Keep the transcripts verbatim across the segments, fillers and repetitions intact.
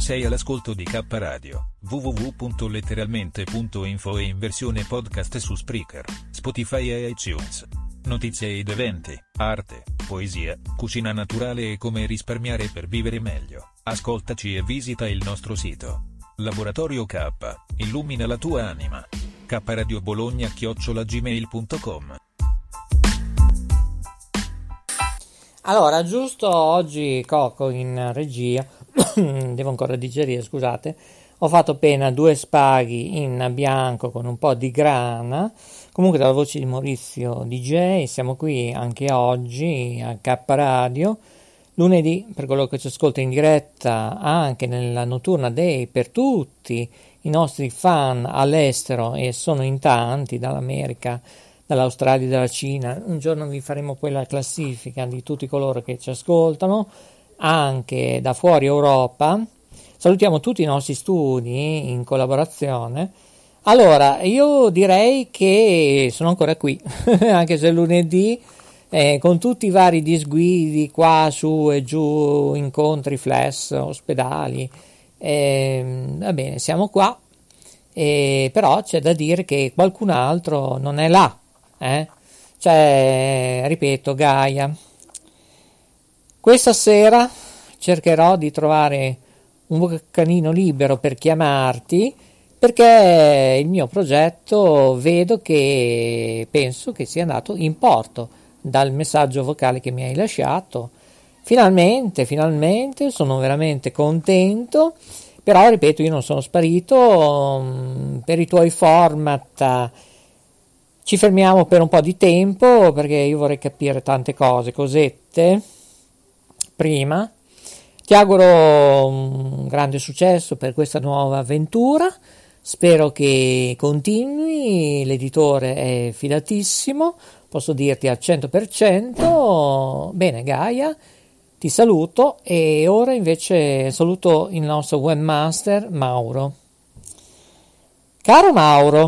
Sei all'ascolto di K Radio, w w w punto letteralmente punto info e in versione podcast su Spreaker, Spotify e iTunes. Notizie ed eventi, arte, poesia, cucina naturale e come risparmiare per vivere meglio. Ascoltaci e visita il nostro sito. Laboratorio K, illumina la tua anima. K Radio Bologna chiocciola gmail punto com. Allora, giusto oggi Coco in regia, devo ancora digerire, scusate, ho fatto appena due spaghi in bianco con un po' di grana, comunque dalla voce di Maurizio D J, siamo qui anche oggi a K Radio, lunedì, per quello che ci ascolta in diretta, anche nella Notturna Day, per tutti i nostri fan all'estero, e sono in tanti, dall'America, dall'Australia, dalla Cina. Un giorno vi faremo poi la classifica di tutti coloro che ci ascoltano, anche da fuori Europa. Salutiamo tutti i nostri studi in collaborazione. Allora, io direi che sono ancora qui, anche se è lunedì, eh, con tutti i vari disguidi qua, su e giù, incontri, flash, ospedali. Eh, va bene, siamo qua, eh, però c'è da dire che qualcun altro non è là. Eh? Cioè, ripeto, Gaia, questa sera cercherò di trovare un boccanino libero per chiamarti, perché il mio progetto vedo che penso che sia andato in porto dal messaggio vocale che mi hai lasciato. Finalmente, finalmente sono veramente contento, però ripeto, io non sono sparito. um, per i tuoi format ci fermiamo per un po' di tempo, perché io vorrei capire tante cose, cosette, prima. Ti auguro un grande successo per questa nuova avventura, spero che continui, l'editore è fidatissimo, posso dirti al cento per cento. Bene Gaia, ti saluto, e ora invece saluto il nostro webmaster Mauro. Caro Mauro,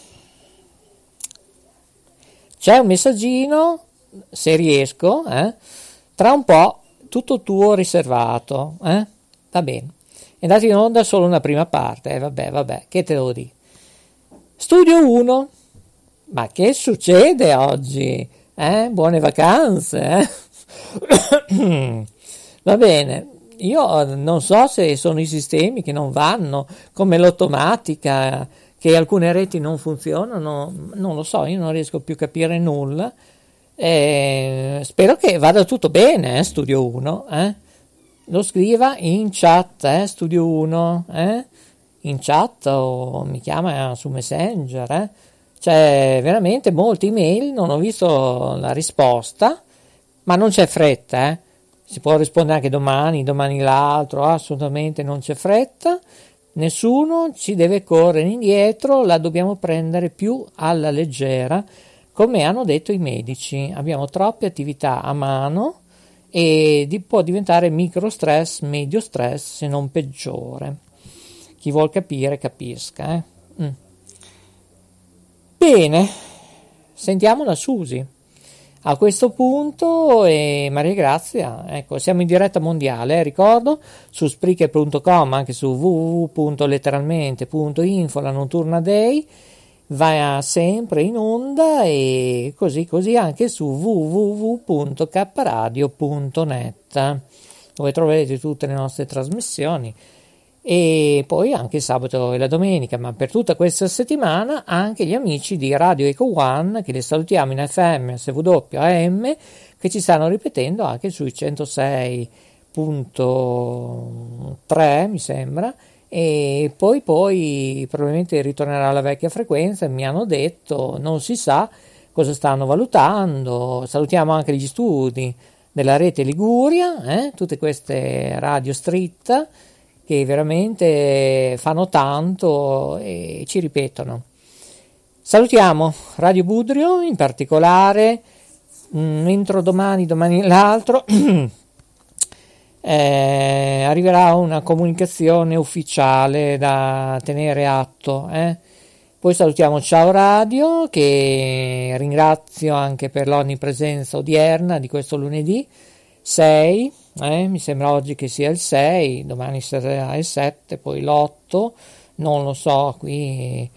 c'è un messaggino, se riesco, eh? Tra un po' tutto tuo riservato, eh? Va bene. È andato in onda solo una prima parte, eh? vabbè, vabbè, che te lo dico. Studio uno, ma che succede oggi? Eh? Buone vacanze, eh? Va bene, io non so se sono i sistemi che non vanno, come l'automatica, che alcune reti non funzionano, non lo so, io non riesco più a capire nulla. Eh, spero che vada tutto bene, eh, Studio uno, eh? Lo scriva in chat, eh, Studio uno, eh? In chat o mi chiama su Messenger, eh? C'è veramente molte email, non ho visto la risposta, ma non c'è fretta, eh? Si può rispondere anche domani, domani l'altro, assolutamente non c'è fretta. Nessuno ci deve correre indietro, la dobbiamo prendere più alla leggera, come hanno detto i medici. Abbiamo troppe attività a mano e di, può diventare micro stress, medio stress, se non peggiore. Chi vuol capire capisca. Eh? Mm. Bene, sentiamo la Susi. A questo punto, e Maria Grazia, ecco, siamo in diretta mondiale, eh, ricordo, su Spreaker punto com, anche su w w w punto letteralmente punto info, la Notturna Day, va sempre in onda, e così così anche su w w w punto k radio punto net, dove troverete tutte le nostre trasmissioni, e poi anche il sabato e la domenica. Ma per tutta questa settimana anche gli amici di Radio Eco One, che li salutiamo in F M, S W, A M, che ci stanno ripetendo anche sui centosei virgola tre mi sembra, e poi poi probabilmente ritornerà alla vecchia frequenza, mi hanno detto, non si sa cosa stanno valutando. Salutiamo anche gli studi della rete Liguria, eh? Tutte queste radio street che veramente fanno tanto e ci ripetono. Salutiamo Radio Budrio in particolare, mh, entro domani, domani l'altro, eh, arriverà una comunicazione ufficiale da tenere atto. Eh? Poi salutiamo Ciao Radio, che ringrazio anche per l'onnipresenza odierna di questo lunedì sei eh? Mi sembra oggi che sia il sei, domani sarà il sette, poi l'otto, non lo so, qui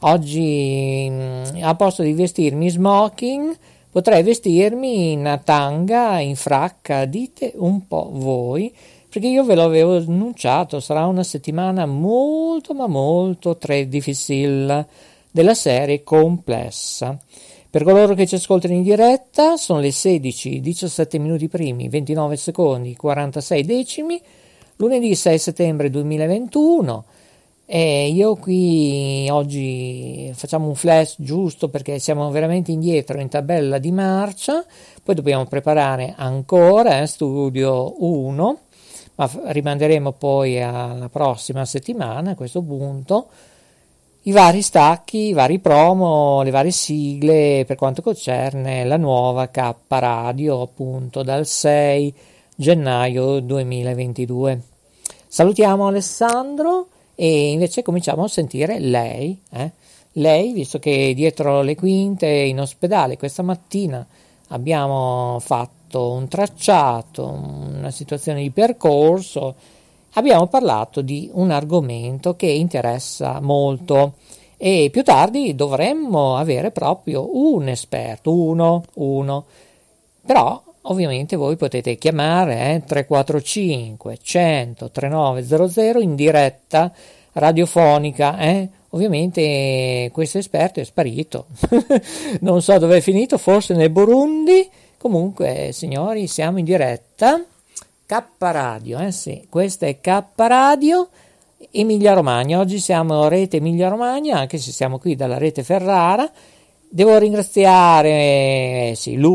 oggi a posto di vestirmi smoking potrei vestirmi in tanga, in fracca, dite un po' voi, perché io ve l'avevo annunciato, sarà una settimana molto ma molto tre difficile, della serie complessa. Per coloro che ci ascoltano in diretta sono le sedici, diciassette minuti primi, ventinove secondi, quarantasei decimi, lunedì sei settembre duemilaventuno. E io qui oggi facciamo un flash giusto perché siamo veramente indietro in tabella di marcia, poi dobbiamo preparare ancora eh, studio uno, ma rimanderemo poi alla prossima settimana a questo punto i vari stacchi, i vari promo, le varie sigle per quanto concerne la nuova K Radio appunto dal sei gennaio duemilaventidue. Salutiamo Alessandro e invece cominciamo a sentire lei, eh? Lei, visto che dietro le quinte in ospedale questa mattina abbiamo fatto un tracciato, una situazione di percorso, abbiamo parlato di un argomento che interessa molto e più tardi dovremmo avere proprio un esperto, uno, uno, però ovviamente voi potete chiamare eh, tre quattro cinque cento trentanove zero zero in diretta radiofonica, eh? Ovviamente questo esperto è sparito, non so dove è finito, forse nel Burundi. Comunque signori, siamo in diretta K Radio, eh sì, questa è K Radio Emilia Romagna, oggi siamo rete Emilia Romagna, anche se siamo qui dalla rete Ferrara. Devo ringraziare eh, sì,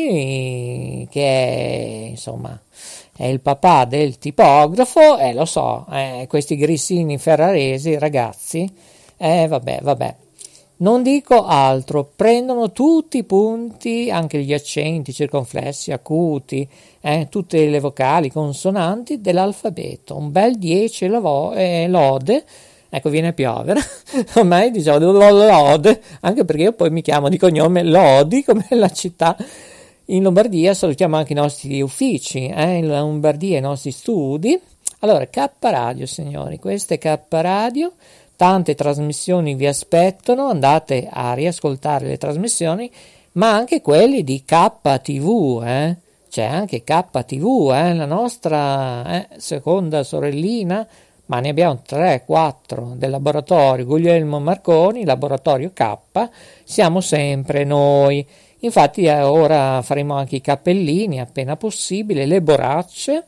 lui che è, insomma, è il papà del tipografo, e eh, lo so, eh, questi grissini ferraresi, ragazzi, eh vabbè, vabbè. Non dico altro, prendono tutti i punti, anche gli accenti, circonflessi, acuti, eh, tutte le vocali, consonanti dell'alfabeto. Un bel dieci lo- eh, lode, ecco viene a piovere, ormai diciamo lode, anche perché io poi mi chiamo di cognome Lodi, come la città in Lombardia, salutiamo anche i nostri uffici, eh, in Lombardia i nostri studi. Allora, K Radio signori, questa è K Radio. Tante trasmissioni vi aspettano, andate a riascoltare le trasmissioni, ma anche quelli di K T V, eh? C'è anche K T V, eh? La nostra eh, seconda sorellina, ma ne abbiamo tre, quattro del laboratorio Guglielmo Marconi, laboratorio K, siamo sempre noi. Infatti eh, ora faremo anche i cappellini appena possibile, le borracce.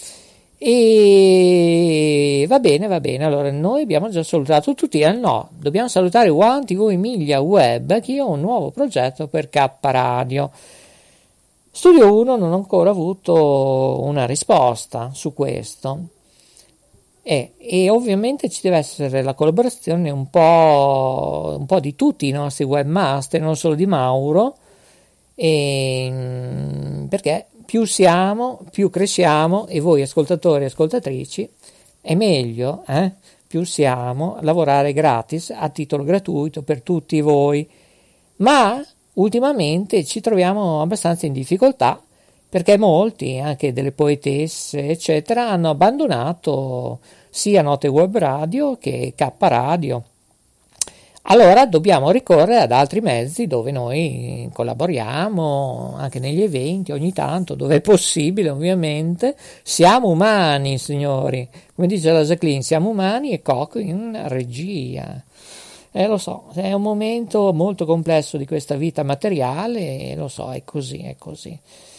E va bene, va bene, allora noi abbiamo già salutato tutti, eh, no, dobbiamo salutare One T V Emilia Web, che io ho un nuovo progetto per K Radio. Studio uno non ho ancora avuto una risposta su questo e, e ovviamente ci deve essere la collaborazione un po', un po' di tutti i nostri webmaster, non solo di Mauro, e, perché più siamo, più cresciamo, e voi ascoltatori e ascoltatrici è meglio, eh? Più siamo, lavorare gratis, a titolo gratuito per tutti voi. Ma ultimamente ci troviamo abbastanza in difficoltà perché molti, anche delle poetesse, eccetera, hanno abbandonato sia Note Web Radio che K Radio. Allora dobbiamo ricorrere ad altri mezzi dove noi collaboriamo, anche negli eventi, ogni tanto, dove è possibile ovviamente. Siamo umani, signori, come dice la Jacqueline, siamo umani e Coco in regia. Eh, lo so, è un momento molto complesso di questa vita materiale, e lo so, è così, è così.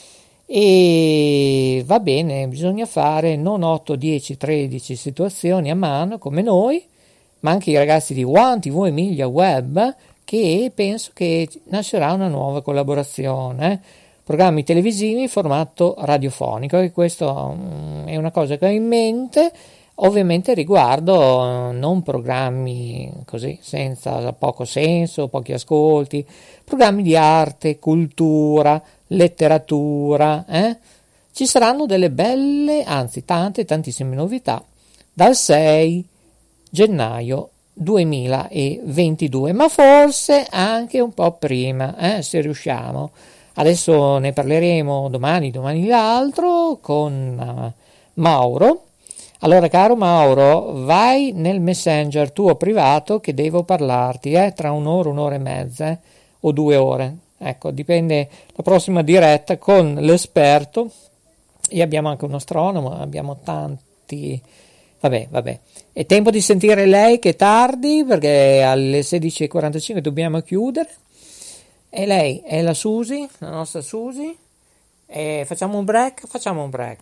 E va bene, bisogna fare non otto, dieci, tredici situazioni a mano come noi, ma anche i ragazzi di One T V Emilia Web, che penso che nascerà una nuova collaborazione, programmi televisivi in formato radiofonico, e questo è una cosa che ho in mente, ovviamente riguardo non programmi così senza poco senso, pochi ascolti, programmi di arte, cultura, letteratura, eh? Ci saranno delle belle, anzi tante, tantissime novità dal sei gennaio duemilaventidue, ma forse anche un po' prima, eh, se riusciamo. Adesso ne parleremo domani, domani l'altro con uh, Mauro. Allora, caro Mauro, vai nel messenger tuo privato che devo parlarti, eh, tra un'ora, un'ora e mezza, eh, o due ore. Ecco, dipende la prossima diretta con l'esperto, e abbiamo anche un astronomo, abbiamo tanti... Vabbè, vabbè. È tempo di sentire lei che è tardi, perché alle sedici e quarantacinque dobbiamo chiudere. E lei è la Susi, la nostra Susi. E facciamo un break? Facciamo un break.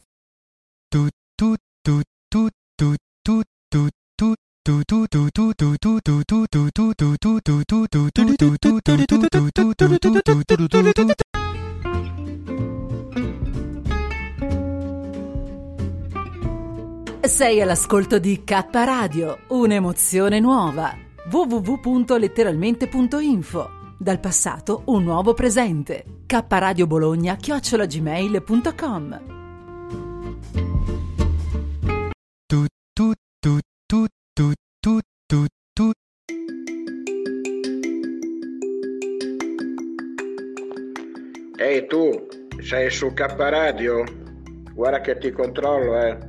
Sei all'ascolto di K Radio, un'emozione nuova. w w w punto letteralmente punto info. Dal passato un nuovo presente. K Radio Bologna chiocciola gmail punto com. Ehi tu, sei su K Radio? Guarda che ti controllo, eh.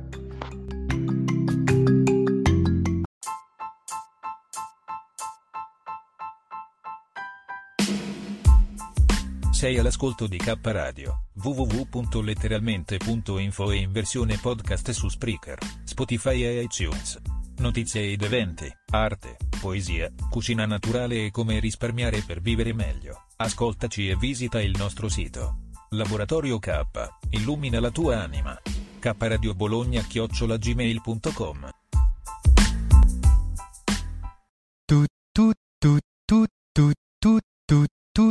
Sei all'ascolto di K Radio, w w w punto letteralmente punto info e in versione podcast su Spreaker, Spotify e iTunes. Notizie ed eventi, arte, poesia, cucina naturale e come risparmiare per vivere meglio. Ascoltaci e visita il nostro sito. Laboratorio K, illumina la tua anima. K Radio Bologna chiocciola gmail punto com. Tu tu tu tu tu tu tu tu.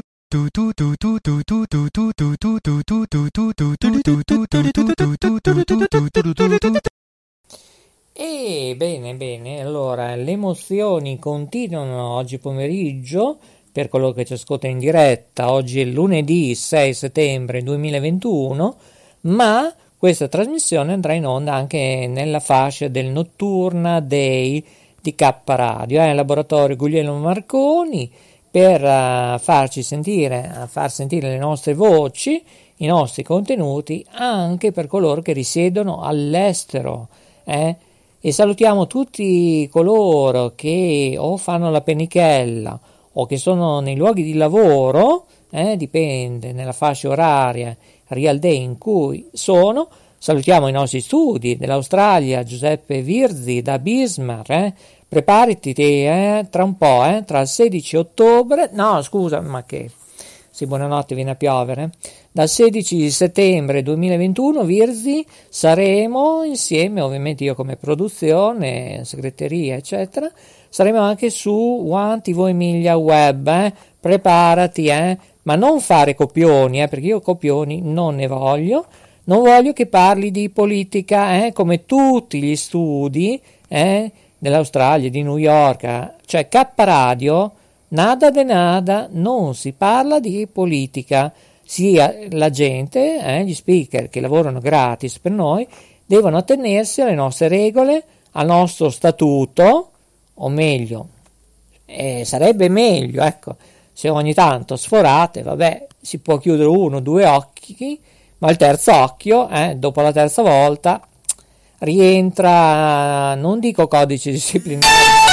E bene, bene, allora le emozioni continuano oggi pomeriggio per coloro che ci ascoltano in diretta. Oggi è lunedì sei settembre duemilaventuno, ma questa trasmissione andrà in onda anche nella fascia del Notturna Day di K Radio, eh, laboratorio Guglielmo Marconi, per uh, farci sentire, uh, far sentire le nostre voci, i nostri contenuti, anche per coloro che risiedono all'estero. Eh? E salutiamo tutti coloro che o fanno la pennichella o che sono nei luoghi di lavoro, eh? Dipende nella fascia oraria, real day in cui sono. Salutiamo i nostri studi dell'Australia, Giuseppe Virzi da Bismarck, eh? Preparati eh, tra un po', eh, tra il sedici ottobre, no scusa, ma che, sì, buonanotte, viene a piovere, dal sedici settembre duemilaventuno, Virzi, saremo insieme, ovviamente io come produzione, segreteria, eccetera, saremo anche su One T V Emilia Web, eh, preparati, eh, ma non fare copioni, eh, perché io copioni non ne voglio, non voglio che parli di politica, eh, come tutti gli studi, eh, dell'Australia, di New York, cioè K Radio, nada de nada, non si parla di politica, sia la gente, eh, gli speaker che lavorano gratis per noi, devono attenersi alle nostre regole, al nostro statuto, o meglio, eh, sarebbe meglio, ecco, se ogni tanto sforate, vabbè, si può chiudere uno o due occhi, ma il terzo occhio, eh, dopo la terza volta, rientra, non dico codice disciplinare,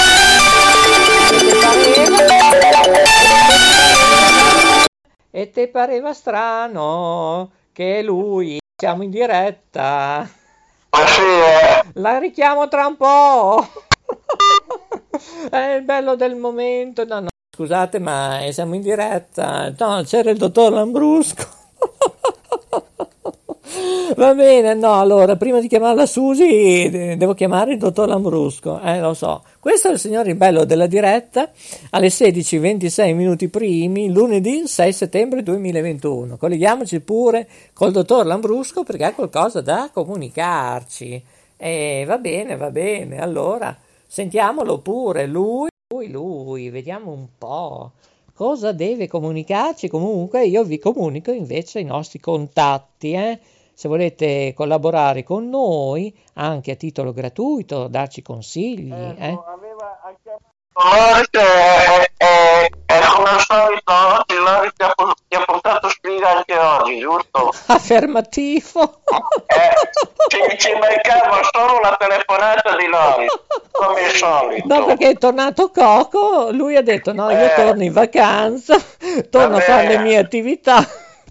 e te pareva strano che lui, siamo in diretta, la richiamo tra un po', è il bello del momento, no no scusate ma siamo in diretta, no c'era il dottor Lambrusco. Va bene, no, allora, prima di chiamare la Susi, devo chiamare il dottor Lambrusco, eh, lo so. Questo è il signor Ribello della diretta, alle sedici e ventisei minuti primi, lunedì sei settembre duemilaventuno. Colleghiamoci pure col dottor Lambrusco perché ha qualcosa da comunicarci. E va bene, va bene, allora, sentiamolo pure, lui, lui, lui, vediamo un po'. Cosa deve comunicarci? Comunque io vi comunico invece i nostri contatti, eh? Se volete collaborare con noi, anche a titolo gratuito, darci consigli. Eh, eh. Aveva anche... Lori che è, è, è come al solito, oggi Lori ti ha, ti ha portato Sicilia anche oggi, giusto? Affermativo. Eh, ci, ci mancava solo la telefonata di Lori, come al solito. No, perché è tornato Coco, lui ha detto no, io Eh. torno in vacanza, torno a Vabbè. fare le mie attività.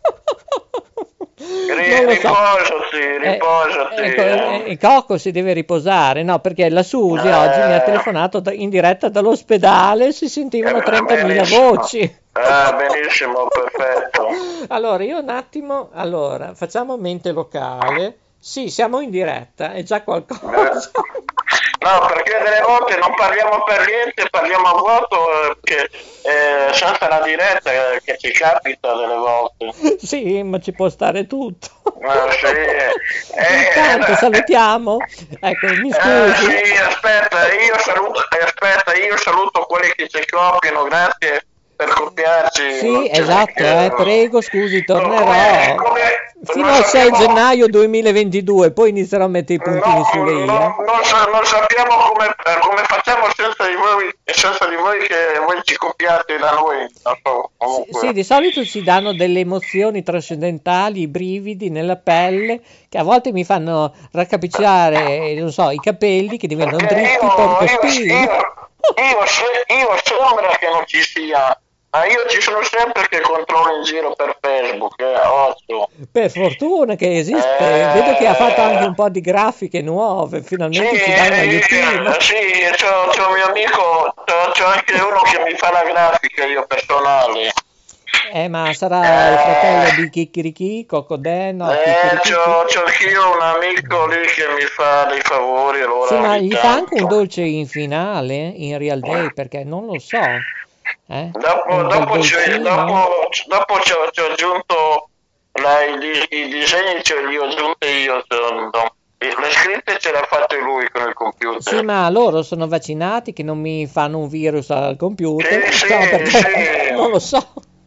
Ri- Non lo so. riposati, Eh, riposati. ecco, eh. eh, Coco si deve riposare, no, perché la Susi Eh. oggi mi ha telefonato da- in diretta dall'ospedale, si sentivano Eh, trentamila benissimo. voci. Ah, benissimo, perfetto. Allora, io un attimo, allora, facciamo mente locale. Sì, siamo in diretta, è già qualcosa. No, perché delle volte non parliamo per niente, parliamo a vuoto, eh, che, eh, senza la diretta, eh, che ci capita delle volte. Sì, ma ci può stare tutto. Ah, sì. Eh, Intanto eh, salutiamo. Ecco, mi Eh, scusi. sì, aspetta, io saluto, eh, aspetta, io saluto quelli che ci copiano, grazie per copiarci. Sì, Non c'è esatto, che- eh, prego, scusi, Come- tornerò. come- Fino non al sei sappiamo- gennaio duemilaventidue, poi inizierò a mettere i puntini No, sulle i. no, non, sa- non sappiamo come, eh, come facciamo senza di voi, senza di voi che voi ci copiate da noi. Non so, comunque. Sì, di solito ci danno delle emozioni trascendentali, i brividi nella pelle, che a volte mi fanno raccapricciare, non so, i capelli che diventano Perché dritti io, per io, costino. io, io, se- io sembra che non ci sia, ma io ci sono sempre che controllo in giro per Facebook, eh, occhio. Per fortuna che esiste, Eh. vedo che ha fatto anche un po' di grafiche nuove, finalmente Sì, ci dai un eh, aiutino. eh, sì, c'ho, c'ho un mio amico, c'ho, c'ho anche uno che mi fa la grafica io personale. Eh, ma sarà il fratello di Chicchirichì, Cocodè, no, Eh, Chicchirichì. c'ho, c'ho anch'io un amico lì che mi fa dei favori, allora Sì, ma ogni gli fa anche un tanto. dolce in finale, in Real Day, perché non lo so. Eh? Dopo, Un bel dopo, ci- dolcino. dopo, dopo ci ho, ci ho aggiunto la- i, di- i disegni, ce li ho aggiunti io. cioè, no. Le scritte ce l'ha fatte lui con il computer. Sì, ma loro sono vaccinati che non mi fanno un virus al computer. Sì, No, sì, perché sì. non lo so.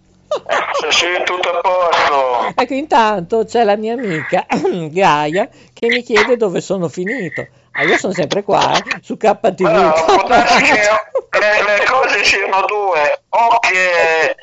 Sì, sì, tutto a posto. Ecco, intanto c'è la mia amica Gaia che mi chiede dove sono finito. Ah, io sono sempre qua, eh, su K T V. No, può darsi che le, le cose siano due, o che,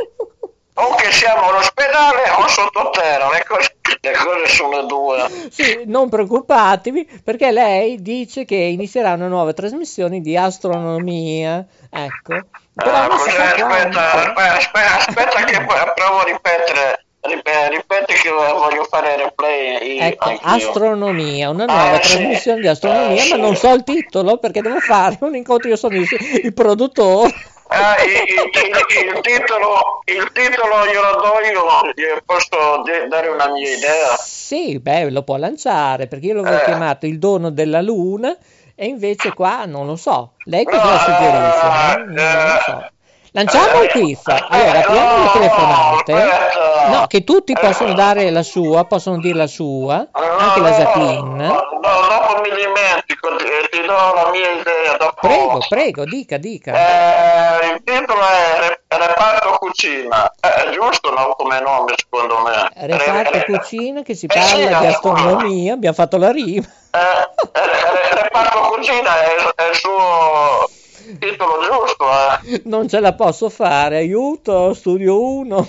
o che siamo all'ospedale o sottoterra, le cose, le cose sono due. Sì, non preoccupatevi perché lei dice che inizierà una nuova trasmissione di astronomia. Ecco. Però Ah, non si cos'è? sa Aspetta, quando. aspetta, aspetta che poi provo a ripetere, ripeti, ripeti che voglio fare replay. Ecco, anch'io. astronomia, una nuova Eh, sì. trasmissione di astronomia, Eh, ma sì. non so il titolo perché devo fare un incontro, io sono il, il produttore. Ah, il, il- il titolo, il titolo glielo do io, io posso de- dare una mia idea. Sì, beh, lo può lanciare perché io l'avevo Eh. chiamato Il dono della luna e invece qua non lo so. Lei cosa No, suggerisce? eh, Non, non lo so. Lanciamo eh, il quiz. eh, Allora, apriamo no, le telefonate. aspetta. No, che tutti Eh. possono dare la sua, possono dire la sua, No, anche la no, Jacqueline. no, no, dopo mi dimentico, ti, ti do la mia idea. Dopo. Prego, prego, dica, dica. Eh, il titolo è Re- Reparto Cucina, Eh, è giusto no, come nome secondo me. Reparto Re- cucina che si Eh, sì, parla di no. astronomia, abbiamo fatto la rima. Eh, eh, eh, Reparto Cucina è, è il suo titolo giusto, eh. Non ce la posso fare, aiuto, studio uno,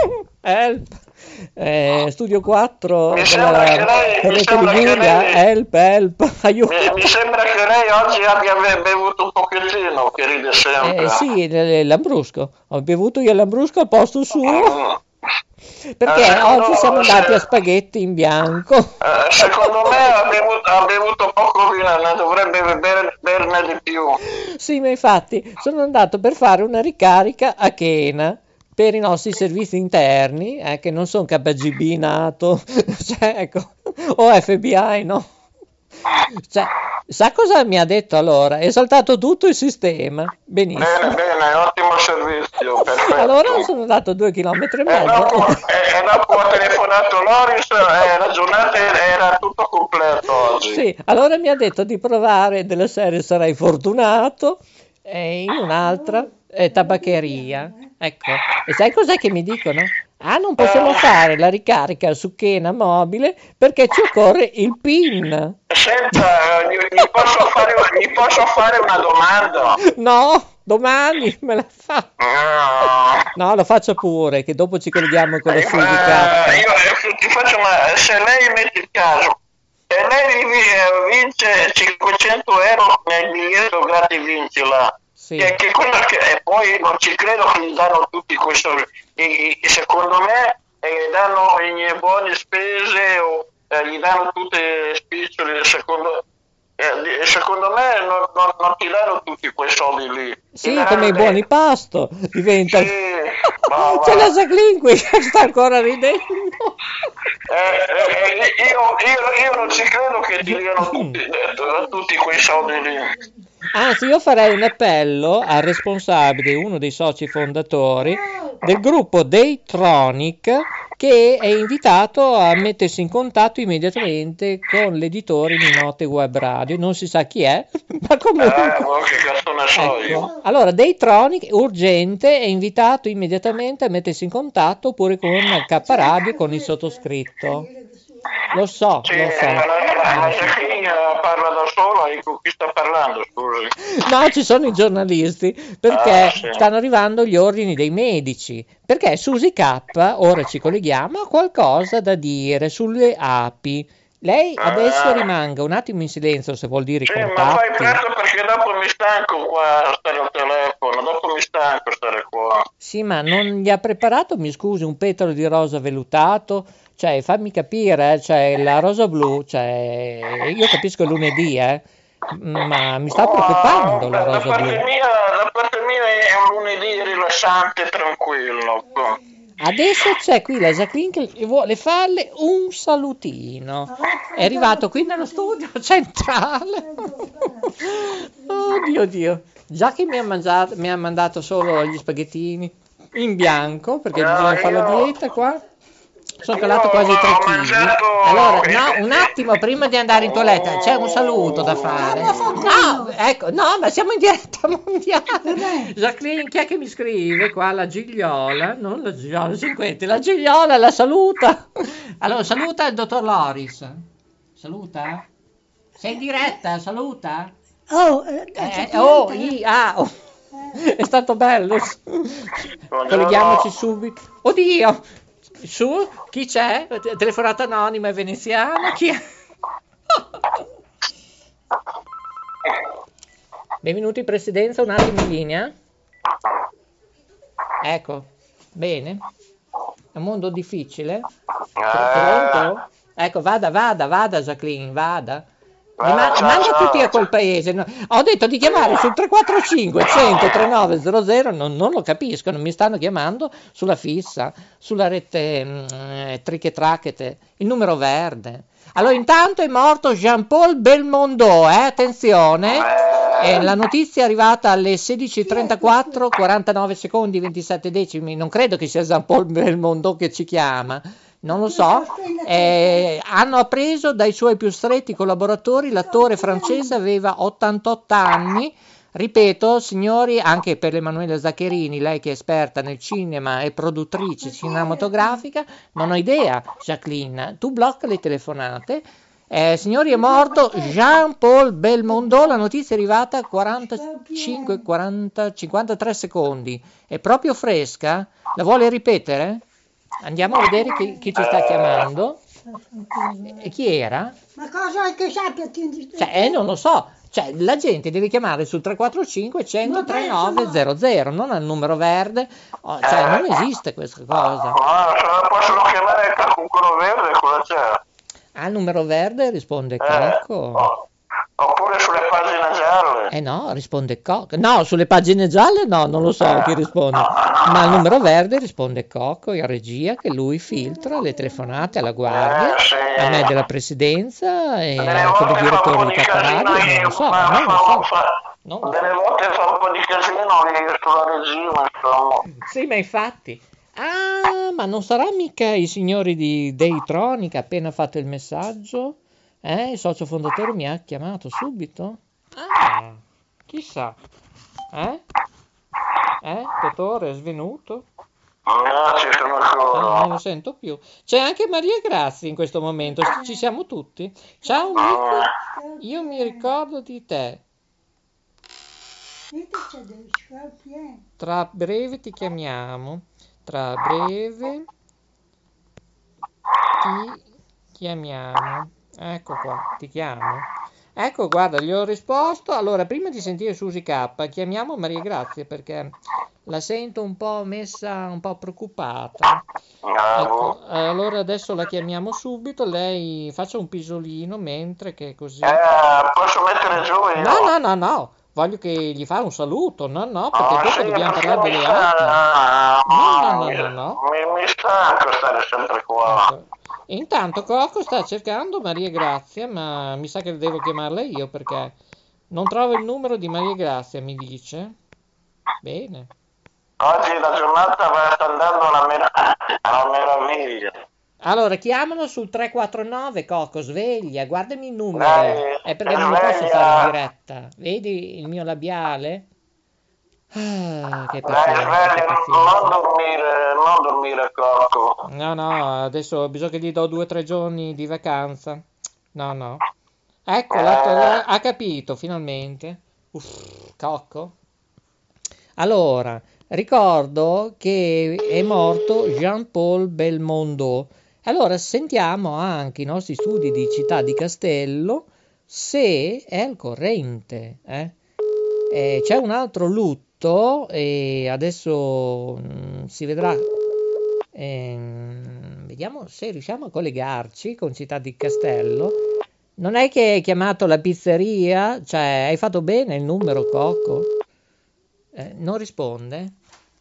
help, eh, studio quattro, Mi sembra che lei- mi Rete sembra che Liguria, lei- help, help, aiuto. Mi, mi sembra che lei oggi abbia be- bevuto un pochettino, che ride sempre. Eh, sì, l- l'ambrusco, ho bevuto io l'ambrusco al posto suo, Mm. perché Eh, secondo- oggi siamo andati se- a spaghetti in bianco. Eh, secondo me ha bevuto, ha bevuto poco vino, ne dovrebbe bere, berne di più. Sì, ma infatti sono andato per fare una ricarica a Chena per i nostri servizi interni, eh, che non sono K G B NATO, cioè, ecco, o F B I, no? Cioè, sa cosa mi ha detto allora? È saltato tutto il sistema. Benissimo. Bene, bene, ottimo servizio, perfetto. Allora sono andato due chilometri e E dopo, mezzo. e, e dopo ho telefonato Loris e la giornata era tutto completo oggi. Sì, allora mi ha detto di provare della serie Sarai fortunato e in un'altra eh, tabaccheria. Ecco, e sai cos'è che mi dicono? Ah, non possiamo fare la ricarica su Chena mobile perché ci occorre il PIN. Senta, gli, gli posso fare, gli posso fare una domanda? No, domani me la fa. No. No, lo faccio pure, che dopo ci colleghiamo con la Eh, Suzy ma K. io ti faccio una, se lei mette il caso, se lei vi- vince cinquecento euro nel biglietto gratis vinci là, Sì. che, che quello che, e poi non ci credo che gli danno tutti questo, e, e secondo me eh, danno i buoni spese o eh, gli danno tutte le spicciole, secondo, eh, secondo me non, non, non ti danno tutti quei soldi lì. Ti Sì, daranno come i dei- buoni pasto diventa. Sì, ma- C'è ma- la Jacqueline qui che sta ancora ridendo. Eh, eh, io, io, io non ci credo che ti diano tutti, eh, tutti quei soldi lì. Anzi, io farei un appello al responsabile, uno dei soci fondatori del gruppo Daytronic, che è invitato a mettersi in contatto immediatamente con l'editore di Note Web Radio. Non si sa chi è, ma Eh, comunque. ma che cazzo ne so io. Ecco. Allora, Daytronic, urgente, è invitato immediatamente a mettersi in contatto oppure con K Radio, con il sottoscritto. Lo so, Sì, lo so. la, la, la Jacqueline parla da sola e con chi sta parlando, scusi? No, ci sono i giornalisti, perché Ah, sì. stanno arrivando gli ordini dei medici, perché Suzy K, ora ci colleghiamo, ha qualcosa da dire sulle api. Lei adesso Ah. rimanga un attimo in silenzio se vuol dire i Sì, ma fai contatti. presto perché dopo mi stanco qua a stare al telefono, dopo mi stanco a stare qua. Sì, ma non gli ha preparato, mi scusi, un petalo di rosa vellutato? Cioè, fammi capire, eh, cioè, la rosa blu, cioè, io capisco il lunedì, eh, ma mi sta preoccupando la da, da rosa parte blu. mia, da parte mia è un lunedì rilassante, tranquillo. Adesso c'è qui la Jacqueline che vuole farle un salutino. È arrivato qui nello studio centrale. Oh Dio Dio. Già che mi ha mangiato, mi ha mandato solo gli spaghettini in bianco, perché No, bisogna fare la io- dieta qua. Sono io calato quasi ho tre chili. mangiato- Allora, no, un attimo prima di andare in toiletta, c'è un saluto da fare. No, ecco, no, ma siamo in diretta mondiale. Jacqueline, chi è che mi scrive qua? La Gigliola, non la Gigliola cinquanta, la Gigliola la saluta. Allora, saluta il dottor Loris. Saluta? Sei in diretta, saluta? Oh, eh, Eh, oh, i, ah, oh. È stato bello. Colleghiamoci subito. Oddio! Su, chi c'è? Te- Telefonata anonima e veneziana? Chi è? Benvenuti in presidenza, un attimo in linea. Ecco, bene. È un mondo difficile. Pronto? Ecco, vada, vada, vada Jacqueline, vada. Li ma- ciao, manda ciao. tutti a quel paese. No, ho detto di chiamare sul tre quattro cinque cento trentanove zero zero, non, non lo capiscono, mi stanno chiamando sulla fissa, sulla rete mm, triche trachete, il numero verde. Allora, intanto è morto Jean-Paul Belmondo, eh, attenzione. Eh, la notizia è arrivata alle sedici e trentaquattro, quarantanove secondi, ventisette decimi. Non credo che sia Jean-Paul Belmondo che ci chiama. Non lo so, eh, hanno appreso dai suoi più stretti collaboratori, l'attore francese aveva ottantotto anni, ripeto signori, anche per Emanuela Zaccherini, lei che è esperta nel cinema e produttrice cinematografica, non ho idea, Jacqueline, tu blocca le telefonate. Eh, signori, è morto Jean-Paul Belmondo, la notizia è arrivata a quarantacinque, quaranta, cinquantatré secondi, è proprio fresca, la vuole ripetere? Andiamo a vedere chi, chi ci sta chiamando. E chi era? Ma cosa è che sappia chi... Cioè, eh, non lo so. Cioè, la gente deve chiamare sul tre quattro cinque cento trentanove zero zero, non al numero verde. Oh, cioè, non esiste questa cosa. Ah, se la possono chiamare con quello verde, cosa c'è? Al numero verde risponde Eh, Cocco. oh, oppure sulle pagine gialle. Eh no, risponde Cocco. No, sulle pagine gialle no, non lo so chi risponde. Ma al numero verde risponde Cocco in regia, che lui filtra le telefonate alla guardia, Eh, sì. a me della presidenza e Delle anche volte del fa un po' direttore di di Caparadio, casino, non lo so, fa- non lo fa- so. fa- Non lo so. delle volte fa un po' di casino lì sulla regia, insomma. Sì, ma infatti. Ah, ma non sarà mica i signori di Daytronic appena fatto il messaggio? Eh, il socio fondatore mi ha chiamato subito? Ah, chissà. Eh? Eh, dottore, è svenuto? No, ci sono Ah, ancora. non lo sento più. C'è anche Maria Grazia in questo momento, ci siamo tutti. Ciao Nico, io mi ricordo di te. Vedi c'è delle scarpe. Tra breve ti chiamiamo. Tra breve ti chiamiamo. Ecco qua, ti chiamo. Ecco, guarda, gli ho risposto. Allora, prima di sentire Susi K, chiamiamo Maria Grazia perché la sento un po' messa, un po' preoccupata. Ecco, allora adesso la chiamiamo subito. Lei faccia un pisolino mentre che così. Eh, posso mettere giù io? No, no, no, no. Voglio che gli fa un saluto. No, no, perché Ah, dopo sì, dobbiamo perché parlare mi delle sta- altre. No, no, no, no, no. Mi, mi stanco stare sempre qua. Ecco. Intanto Coco sta cercando Maria Grazia, ma mi sa che devo chiamarla io perché non trovo il numero di Maria Grazia, mi dice. Bene. Oggi la giornata va sta andando alla, mer- alla meraviglia. Allora, chiamalo sul tre quattro nove, Coco, sveglia, guardami il numero. Dai, È perché non lo posso sveglia. fare in diretta. Vedi il mio labiale? Ah, che Dai, pazienza, che sveglia, non, pazienza. non dormire, non dormire, Coco. No, no, adesso bisogna che gli do due o tre giorni di vacanza. No, no. Ecco, l'ha- l'ha- ha capito finalmente. Uff, Cocco. Allora, ricordo che è morto Jean-Paul Belmondo. Allora, sentiamo anche i nostri studi di Città di Castello se è al corrente. Eh? Eh, c'è un altro lutto e adesso mm, si vedrà. Ehm, vediamo se riusciamo a collegarci con Città di Castello. Non è che hai chiamato la pizzeria? Cioè, hai fatto bene il numero, Cocco? Eh, non risponde.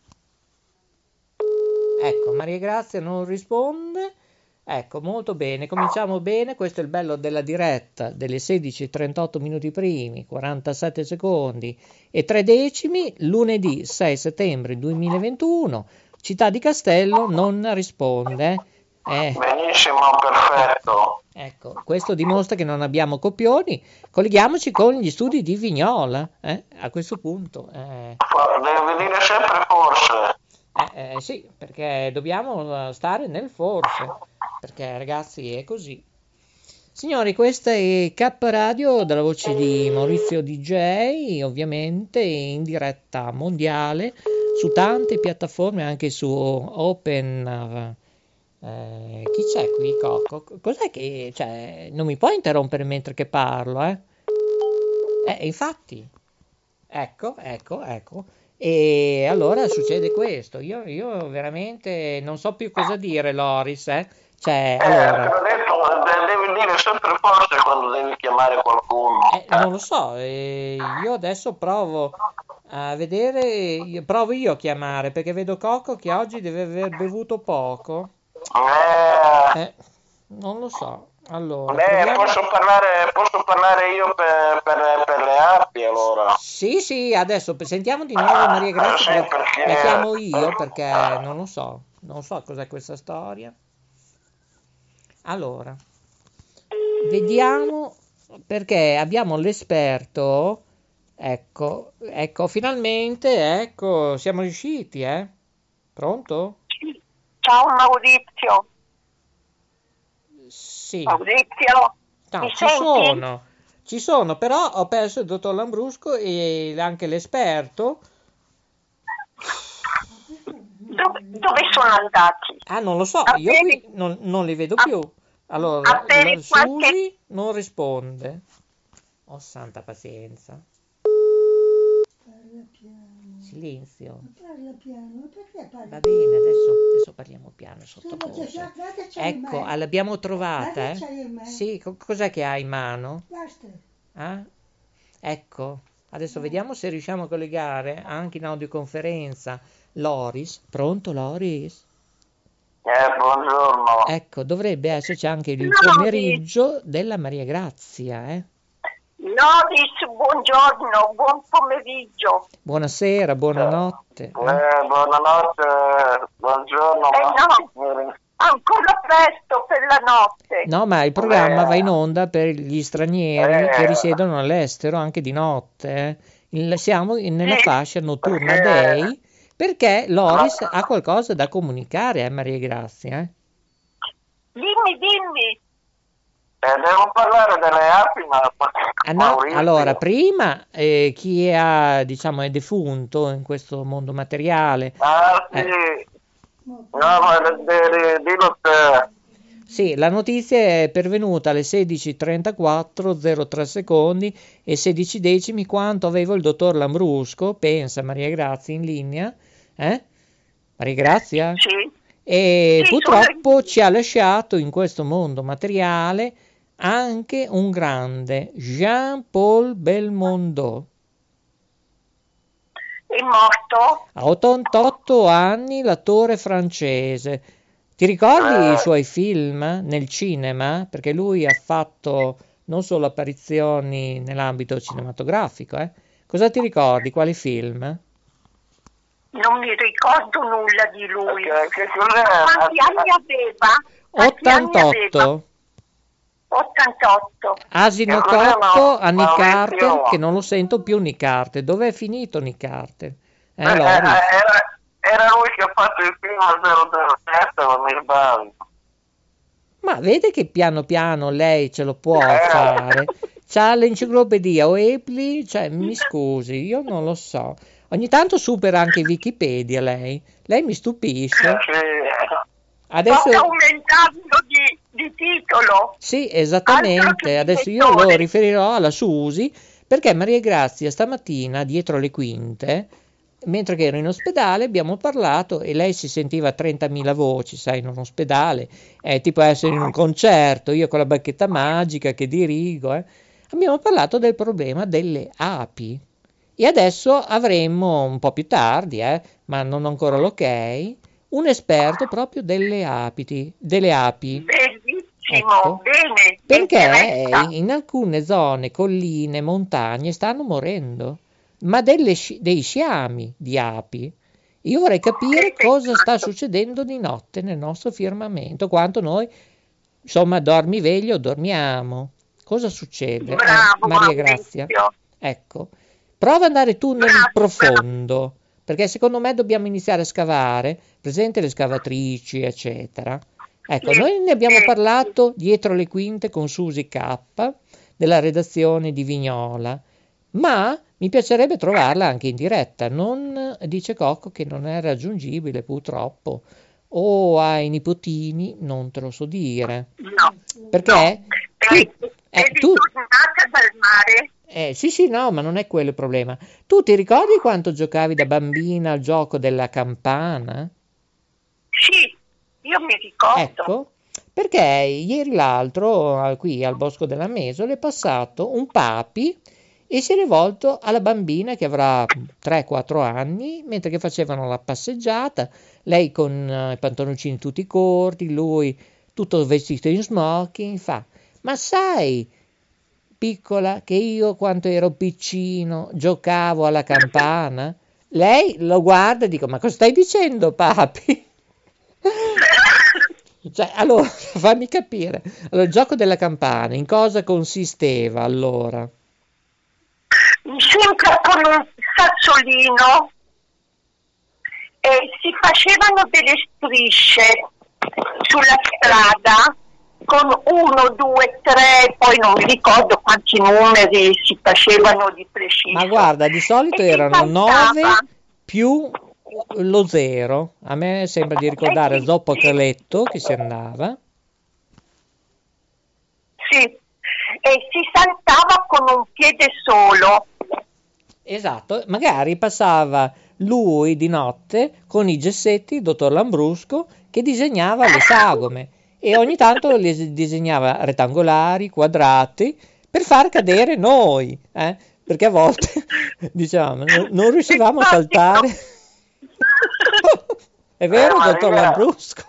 Ecco, Maria Grazia non risponde. Ecco, molto bene, cominciamo bene. Questo è il bello della diretta delle sedici e trentotto minuti primi, quarantasette secondi e tre decimi, lunedì sei settembre duemilaventuno. Città di Castello non risponde. Eh, Benissimo, perfetto. ecco, questo dimostra che non abbiamo copioni. Colleghiamoci con gli studi di Vignola. Eh, a questo punto. Eh. Devi dire sempre forse. Eh, eh, sì, perché dobbiamo stare nel forse, perché ragazzi è così. Signori, questa è K Radio dalla voce di Maurizio D J, ovviamente in diretta mondiale su tante piattaforme, anche su Open. Eh, chi c'è qui, Cocco? Cos'è che, cioè, non mi puoi interrompere mentre che parlo, eh? Eh, infatti. Ecco, ecco, ecco. E allora succede questo. Io, io veramente non so più cosa dire, Loris, eh? Cioè, Eh, allora, te l'ho detto, de- devi dire sempre forse quando devi chiamare qualcuno. eh, non lo so, eh, io adesso provo a vedere, io- provo io a chiamare, perché vedo Coco che oggi deve aver bevuto poco. Eh, Eh, non lo so. Allora, beh, proviamo- posso parlare, posso parlare io per, per- per le api allora. Sì, sì, adesso sentiamo di nuovo Maria Grazia, Sì, perché perché- la chiamo io, perché non lo so, non so cos'è questa storia. Allora, vediamo, perché abbiamo l'esperto, ecco, ecco, finalmente, ecco, siamo riusciti, eh? Pronto? Ciao Maurizio. Sì, Maurizio, no, mi ci senti? sono, ci sono, però ho perso il dottor Lambrusco e anche l'esperto. Dove, dove sono andati? Ah, non lo so, Ah, io vedi? qui non, non li vedo Ah, più. Allora, ah, vedi la qualche- Susi non risponde. Oh, santa pazienza. Parla piano. Silenzio. Parla piano. Ma perché parli? Va bene, adesso, adesso parliamo piano, Sì, ma c'è sottovoce. già- guarda, c'è in Ecco, me. ah, l'abbiamo trovata, Guarda, eh? c'è in me. Sì, co- cos'è che ha in mano? Basta. Ah? Ecco, adesso vediamo se riusciamo a collegare anche in audioconferenza Loris. Pronto, Loris? Eh, buongiorno. Ecco, dovrebbe esserci anche il Loris. pomeriggio della Maria Grazia, eh? Loris, buongiorno, buon pomeriggio. Buonasera, buonanotte. Eh, buonanotte, buongiorno. Eh ma- no, ancora presto per la notte. No, ma il programma Eh. va in onda per gli stranieri Eh. che risiedono all'estero anche di notte. eh. Il- siamo in- nella Sì. fascia notturna Perché- day perché Loris ha qualcosa da comunicare a Maria Grazia. eh. Dimmi, dimmi. Eh, devo parlare delle api, ma... Ah, no, Maurizio. allora, prima eh, chi è, diciamo, è defunto in questo mondo materiale. Ah, sì. Eh. No, ma de- de- dillo te. Sì, la notizia è pervenuta alle sedici e trentaquattro, zero tre secondi e sedici decimi, quanto avevo il dottor Lambrusco, pensa Maria Grazia in linea, eh? Maria Grazia? Sì. E Sì, purtroppo sono- ci ha lasciato in questo mondo materiale anche un grande, Jean-Paul Belmondo. È morto? A ottantotto anni, l'attore francese. Ti ricordi Eh. i suoi film nel cinema? Perché lui ha fatto non solo apparizioni nell'ambito cinematografico, eh? Cosa ti ricordi? Quali film? Non mi ricordo nulla di lui. Che, che cos'è? Quanti anni aveva? Quanti anni aveva? ottantotto. ottantotto. Asino Che cos'è, Cotto a Nick Maurizio? Carter, che non lo sento più Nick Carter. Dov'è finito Nick Carter? Eh, Eh, Lori? era, era lui che ha fatto il film zero zero sette, non mi sbaglio. Ma vede che piano piano lei ce lo può Eh. fare. C'ha l'enciclopedia o Epli, cioè mi scusi, io non lo so. Ogni tanto supera anche Wikipedia lei. Lei mi stupisce. Sì. Adesso Sto aumentando di, di titolo. sì, Altro esattamente. che Adesso io lo direttore. riferirò alla Susi, perché Maria Grazia stamattina dietro le quinte, mentre che ero in ospedale, abbiamo parlato e lei si sentiva trentamila voci, sai, in un ospedale, è tipo essere in un concerto, io con la bacchetta magica che dirigo, eh. Abbiamo parlato del problema delle api e adesso avremmo un po' più tardi, eh, ma non ho ancora l'ok, un esperto proprio delle api, delle api. Bellissimo, Ecco. bene. mi Perché interessa. in alcune zone, colline, montagne stanno morendo, ma delle sci- dei sciami di api. Io vorrei capire cosa sta succedendo di notte nel nostro firmamento, quanto noi, insomma, dormi veglio, dormiamo. Cosa succede? Eh, Bravo, Maria Maurizio. Grazia. Ecco, prova ad andare tu nel Bravo, profondo, perché secondo me dobbiamo iniziare a scavare, presente le scavatrici, eccetera. Ecco, Sì, noi ne abbiamo sì. parlato dietro le quinte con Susi K della redazione di Vignola, ma mi piacerebbe trovarla anche in diretta. Non dice Cocco che non è raggiungibile purtroppo, o ai nipotini, non te lo so dire. No. Perché? No. Tu- Sei, eh, sei tu- ritornata dal mare? Eh, sì, sì, no, ma non è quello il problema. Tu ti ricordi quanto giocavi da bambina al gioco della campana? Sì, io mi ricordo. Ecco, perché ieri l'altro, eh, qui al Bosco della Mesola, è passato un papi e si è rivolto alla bambina che avrà tre quattro anni, mentre che facevano la passeggiata, lei con eh, i pantaloncini tutti corti, lui tutto vestito in smoking, fa, ma sai, piccola, che io quando ero piccino giocavo alla campana? Lei lo guarda e dico, ma cosa stai dicendo, papi? Cioè, allora, fammi capire. Allora, il gioco della campana, in cosa consisteva allora? Sempre con un sassolino e si facevano delle strisce sulla strada con uno, due, tre, poi non mi ricordo quanti numeri si facevano di preciso. Ma guarda, di solito E si erano cantava. nove più lo zero. A me sembra di ricordare Eh sì, Zoppo sì. Caletto che si andava. Sì, e si saltava con un piede solo. Esatto, magari passava lui di notte con i gessetti, il dottor Lambrusco, che disegnava le sagome e ogni tanto le disegnava rettangolari, quadrati, per far cadere noi, eh? Perché a volte diciamo non, non riuscivamo a saltare. È vero, Eh, dottor Maria. Lambrusco?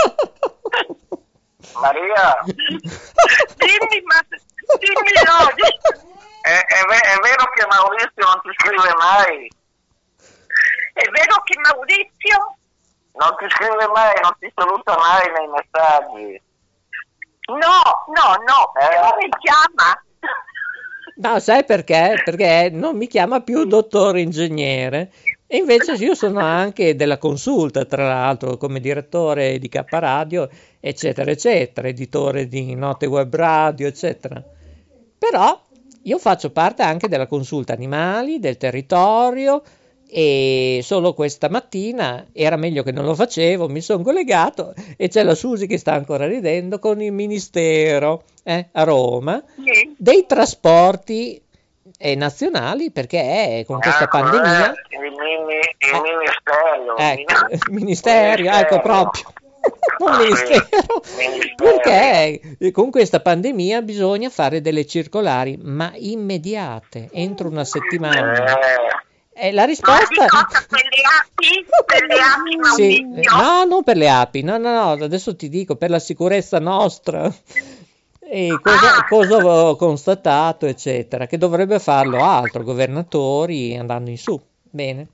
Maria, Dimmi, ma dimmi no, è, è ve- è vero che Maurizio non ti scrive mai? è vero che Maurizio? Non ti scrive mai, non ti saluta mai nei messaggi. No, no, no, Eh. però mi chiama. No, sai perché? Perché non mi chiama più dottore ingegnere e invece io sono anche della consulta, tra l'altro, come direttore di K Radio eccetera, eccetera, editore di Note Web Radio, eccetera. Però io faccio parte anche della consulta animali, del territorio, e solo questa mattina, era meglio che non lo facevo, mi sono collegato e c'è la Susi che sta ancora ridendo, con il Ministero eh, a Roma dei trasporti eh, nazionali, perché eh, con questa Ecco, pandemia eh, il, mini, il Ministero. ecco, il Ministero, ecco proprio non Ah, Ministero, Ministero. perché con questa pandemia bisogna fare delle circolari, ma immediate, entro una settimana. Eh, E la risposta Ma di cosa, per le api? Per le api, sì, Maurizio? no, non per le api, no, no, no, adesso ti dico, per la sicurezza nostra. E cosa, Ah. cosa ho constatato, eccetera, che dovrebbe farlo altro, governatori andando in su. Bene.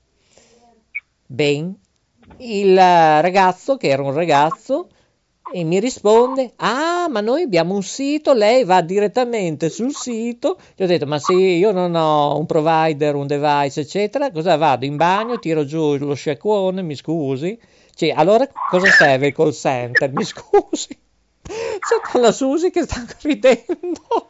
Ben, il ragazzo, che era un ragazzo, e mi risponde: ah, ma noi abbiamo un sito, lei va direttamente sul sito. Gli ho detto: ma sì, io non ho un provider, un device, eccetera, cosa vado in bagno, tiro giù lo sciacquone, mi scusi? Cioè, allora cosa serve il call center, mi scusi? C'è con la Susi che sta ridendo.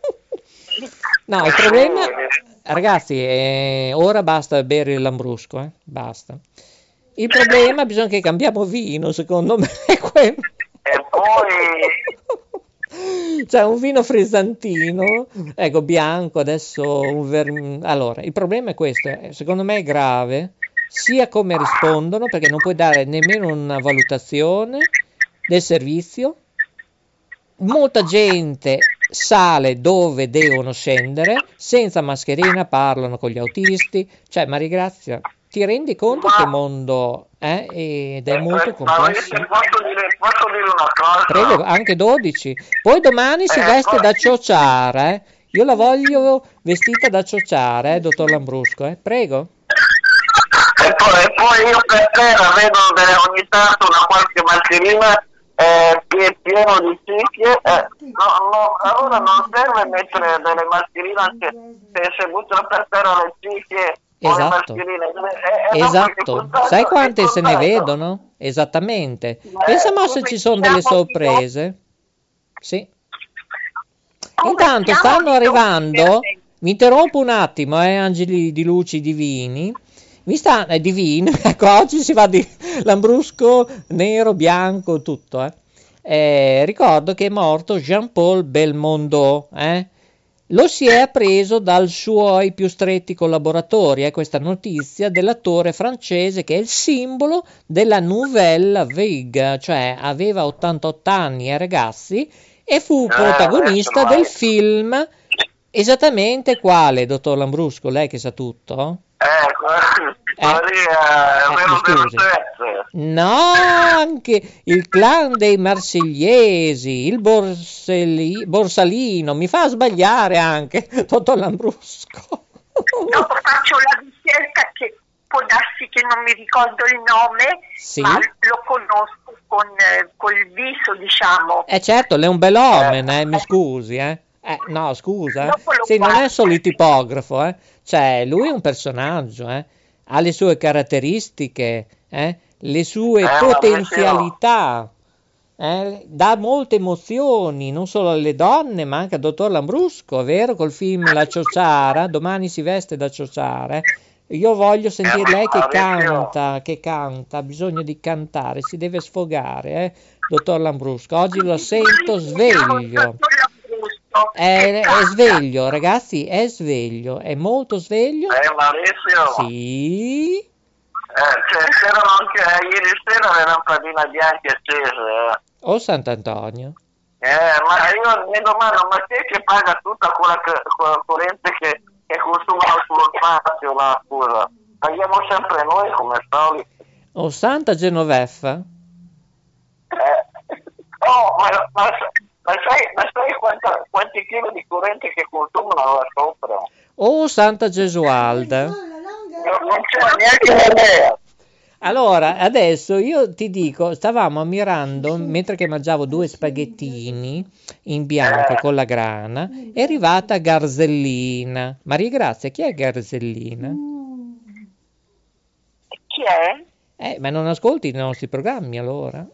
No, il problema, ragazzi, eh, ora basta bere il lambrusco, eh? Basta. Il problema, bisogna che cambiamo vino, secondo me, è quello. e poi Cioè un vino frizzantino, ecco, bianco, adesso un ver... Allora, il problema è questo, eh, secondo me è grave, sia come rispondono, perché non puoi dare nemmeno una valutazione del servizio. Molta gente sale dove devono scendere, senza mascherina, parlano con gli autisti, cioè Maria Grazia, ti rendi conto che mondo è? Ed è molto Eh, complesso. ma posso dire, posso dire una cosa? Prego, anche dodici. Poi domani si Eh, veste poi- da ciociara, eh. Io la voglio vestita da ciociara, eh, dottor Lambrusco, eh. Prego. E poi, e poi io per terra vedo delle- ogni tanto una qualche mascherina eh, pie- pieno di cicche. Eh, no, no, allora non serve mettere delle mascherine anche se si buttano per terra le cicche. o le Esatto. mascherine. Eh, eh, no, Esatto. perché contatto- Sai quante il se ne contatto- vedono? Esattamente. Pensa mo se ci sono delle sorprese. Sì. Intanto stanno arrivando, mi interrompo un attimo, eh, angeli di luci divini. Mi sta, eh, divini, ecco, oggi si va di lambrusco, nero, bianco, tutto, eh. Eh, ricordo che è morto Jean-Paul Belmondo, eh. Lo si è appreso dai suoi più stretti collaboratori, eh, questa notizia dell'attore francese che è il simbolo della Nouvelle Vague, cioè aveva ottantotto anni, eh, ragazzi, e fu Ah, protagonista adesso del vai. film, esattamente quale, dottor Lambrusco, lei che sa tutto? Ecco, Maria, Eh, vero mi scusi. sette. No, anche il clan dei Marsigliesi, il Borseli- Borsalino, mi fa sbagliare anche, dottor Lambrusco. Dopo faccio la ricerca che può darsi che non mi ricordo il nome, Sì. ma lo conosco con eh, col viso, diciamo. Eh certo, lei è un bell'omene, eh, mi scusi, eh. Eh, no, scusa. Dopo lo Sì, non è guardo. solo il tipografo, eh. Cioè, lui è un personaggio, eh. Ha le sue caratteristiche, eh. Le sue Eh, ma potenzialità. Eh, dà molte emozioni, non solo alle donne, ma anche al dottor Lambrusco, è vero? Col film La Ciociara, domani si veste da ciociara. eh. Io voglio sentire Eh, lei che Maurizio. canta, che canta, ha bisogno di cantare, si deve sfogare, eh, dottor Lambrusco. Oggi lo sento sveglio. È, è sveglio, ragazzi, è sveglio, è molto sveglio. Eh, Maurizio. Sì. Eh, cioè, c'erano anche ieri sera le lampadine bianche accese. Eh, O Sant'Antonio. Eh, ma io mi domando, ma chi è che paga tutta quella, che- quella corrente che, che consumano sullo spazio, la scusa? Paghiamo sempre noi come solito. O Santa Genoveffa. Eh. Oh, ma, ma, ma sai, ma sai quanta, quanti chili di corrente che consumano là sopra? O Santa Gesualda. Non, non c'è neanche l'idea. Allora, adesso io ti dico, stavamo ammirando, mentre che mangiavo due spaghettini in bianco con la grana, è arrivata Garzellina. Maria Grazia, chi è Garzellina? Chi è? Eh, ma non ascolti i nostri programmi allora? Eh?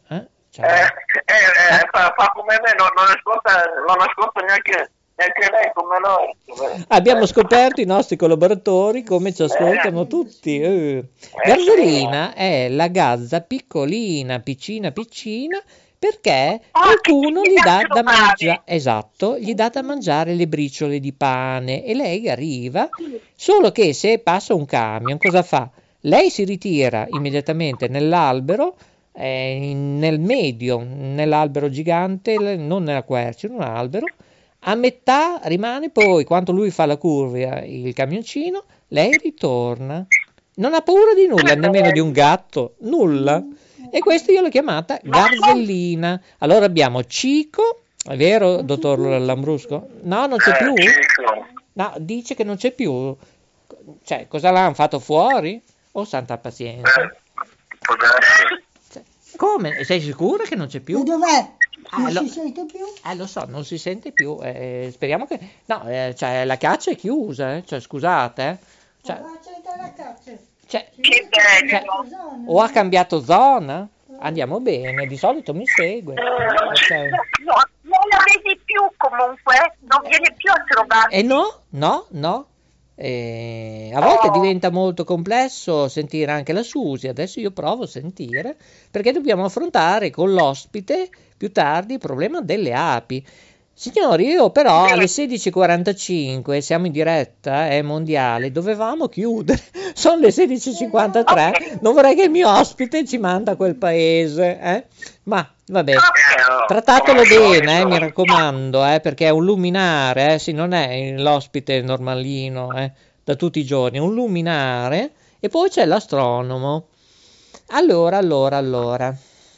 Cioè, Eh, eh, eh, fa, fa come me, non, non ascolta, non ascolta neanche, neanche lei come noi. abbiamo scoperto i nostri collaboratori come ci ascoltano tutti. Eh. Garzellina è la gazza piccolina, piccina, piccina, perché qualcuno gli dà da mangiare, esatto, gli dà da mangiare le briciole di pane e lei arriva, solo che se passa un camion, cosa fa? Lei si ritira immediatamente nell'albero, eh, in- nel medio, nell'albero gigante, l- non nella quercia, in un albero, a metà rimane, poi quando lui fa la curva, il camioncino, lei ritorna. Non ha paura di nulla, nemmeno di un gatto, nulla. E questo io l'ho chiamata Garzellina. Allora abbiamo Cico, è vero, dottor Lambrusco? No, non c'è più? No, dice che non c'è più. Cioè, cosa l'hanno fatto fuori? Oh, santa pazienza. Cioè, come? Sei sicura che non c'è E più? dov'è? Ah, Non lo- si sente più? Eh, lo so, non si sente più. eh, speriamo che... No, eh, cioè, la caccia è chiusa, eh. Cioè, scusate, eh. Cioè, Ah, c'è la caccia. cioè, Che bello. cioè, o ha cambiato zona? Andiamo bene, di solito mi segue. Cioè, No, non la vedi più comunque, non viene più a trovare. e no, no, no. Eh, a volte diventa molto complesso sentire anche la Susi, adesso io provo a sentire, perché dobbiamo affrontare con l'ospite più tardi il problema delle api. Signori, io però alle sedici e quarantacinque, siamo in diretta, è mondiale, dovevamo chiudere, sono le sedici e cinquantatré, non vorrei che il mio ospite ci manda a quel paese, eh? Ma vabbè, trattatelo bene, eh, mi raccomando, eh, perché è un luminare, eh, sì, non è l'ospite normalino, eh, da tutti i giorni, è un luminare, e poi c'è l'astronomo. Allora, allora, allora.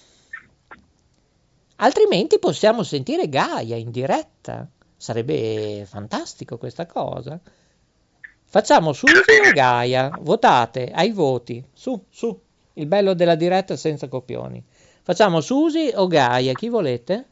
Altrimenti possiamo sentire Gaia in diretta. Sarebbe fantastico questa cosa. Facciamo Susi o Gaia? Votate ai voti. Su, su. Il bello della diretta senza copioni. Facciamo Susi o Gaia? Chi volete?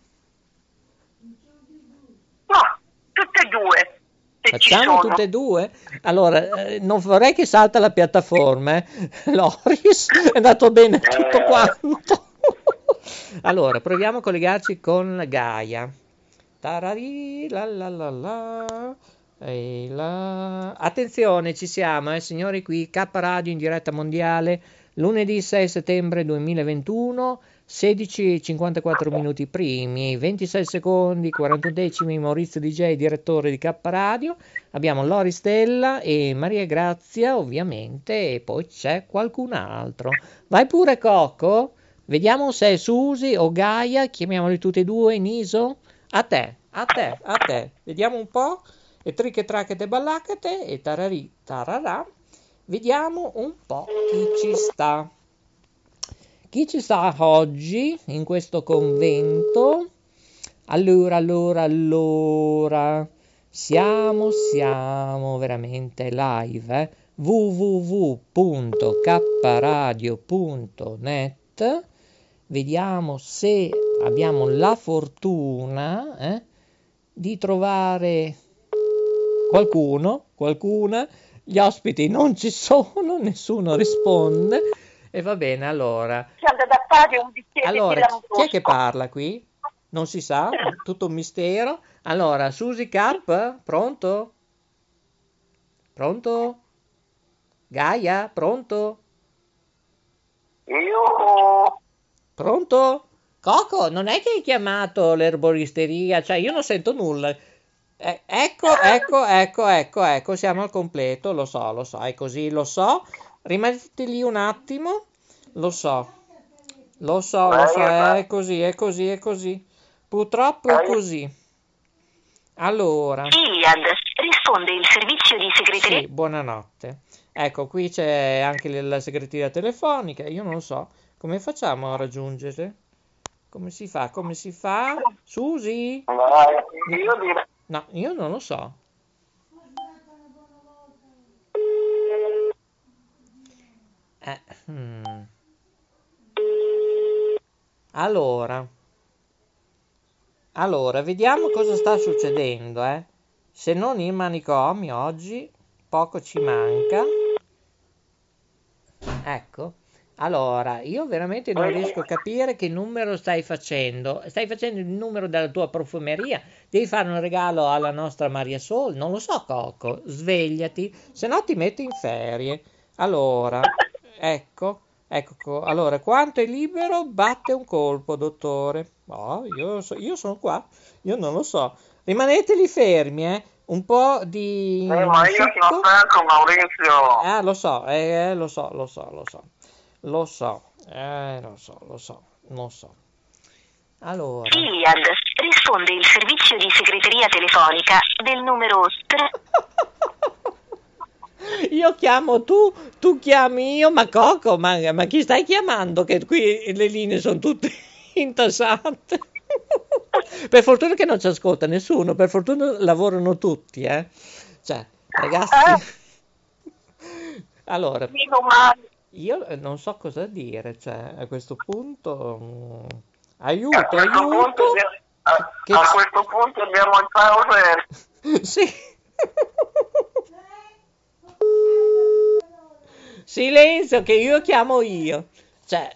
No, tutte e due. Se ci Facciamo sono. tutte e due? Allora, eh, non vorrei che salta la piattaforma, eh. Loris, è andato bene tutto quanto. Allora, proviamo a collegarci con Gaia. Tarari, la la la la, e la... Attenzione, ci siamo, eh, signori, qui K Radio in diretta mondiale, lunedì sei settembre duemilaventuno, sedici e cinquantaquattro minuti primi, ventisei secondi, quarantuno decimi, Maurizio D J, direttore di K Radio, abbiamo Lori Stella e Maria Grazia, ovviamente, e poi c'è qualcun altro. Vai pure, Cocco. Vediamo se è Susi o Gaia, chiamiamoli tutti e due in iso. A te, a te, a te. Vediamo un po'. E triche tracchete ballacate e tararì tararà. Vediamo un po' chi ci sta. Chi ci sta oggi in questo convento? Allora, allora, allora. Siamo, siamo veramente live, eh? w w w punto k radio punto net. Vediamo se abbiamo la fortuna eh, di trovare qualcuno, qualcuna. Gli ospiti non ci sono, nessuno risponde. E va bene, allora. C'è da fare un bicchiere Allora, di chi lambrusco. è che parla qui? Non si sa, tutto un mistero. Allora, Susi Cap, pronto? Pronto? Gaia, pronto? Io... Pronto? Coco, non è che hai chiamato l'erboristeria? Cioè, io non sento nulla. Eh, ecco, ecco, ecco, ecco, ecco, siamo al completo, lo so, lo so, è così, lo so. Rimanete lì un attimo, lo so, lo so, lo so, è così, è così, è così. Purtroppo è così. Allora, Iliad, risponde il servizio di segreteria. sì, buonanotte. Ecco, qui c'è anche la segreteria telefonica, io non so. Come facciamo a raggiungere? Come si fa? Come si fa? Susi? Io direi... No, io non lo so. Eh, hmm. Allora. Allora, vediamo cosa sta succedendo, eh. Se non il manicomio oggi, poco ci manca. Ecco. Allora, io veramente non riesco a capire che numero stai facendo. Stai facendo il numero della tua profumeria? Devi fare un regalo alla nostra Maria Sol? Non lo so, Coco. Svegliati, se no ti metto in ferie. Allora, ecco, ecco. Allora, quanto è libero? Batte un colpo, dottore. Oh, io, so- io sono qua. Io non lo so. Rimaneteli fermi, eh. Un po' di Eh, ma io sono succo. stanco, Maurizio. Ah, lo so, eh, lo so, lo so, lo so. Lo so, eh, lo so, lo so, lo so. Allora, Iliad, risponde il servizio di segreteria telefonica del numero tre. io chiamo tu, tu chiami io, ma Coco, ma, ma chi stai chiamando? Che qui le linee sono tutte intasate. Per fortuna che non ci ascolta nessuno, per fortuna lavorano tutti, eh. Cioè, ragazzi. Allora, Meno male. io eh, non so cosa dire, cioè, a questo punto, mm, A aiuto, questo punto, aiuto. abbiamo- a, Che- a questo punto abbiamo il pauser. Sì. Silenzio, che io chiamo io. Cioè,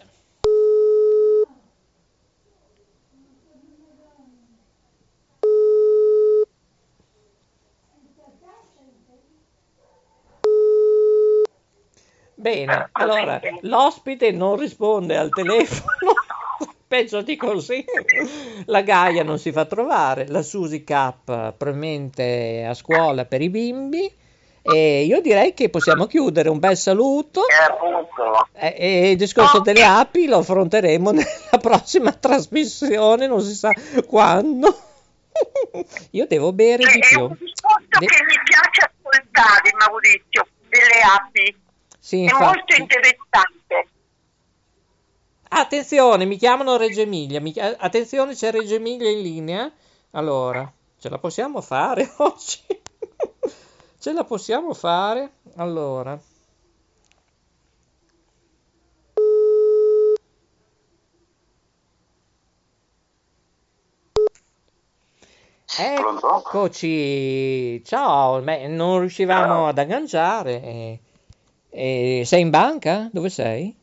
bene, allora, l'ospite non risponde al telefono, peggio di così, la Gaia non si fa trovare, la Susi Cap probabilmente a scuola per i bimbi, e io direi che possiamo chiudere. Un bel saluto, E appunto, e, e il discorso delle api lo affronteremo nella prossima trasmissione, non si sa quando. Io devo bere di È più. un discorso De- che mi piace ascoltare, Maurizio, delle api. Sì, È infatti. molto interessante. Attenzione, mi chiamano Reggio Emilia. Mi chia- Attenzione, c'è Reggio Emilia in linea. Allora, ce la possiamo fare oggi? Ce la possiamo fare? Allora. Pronto? Eccoci. Ciao, beh, non riuscivamo ad agganciare. E, e sei in banca? Dove sei?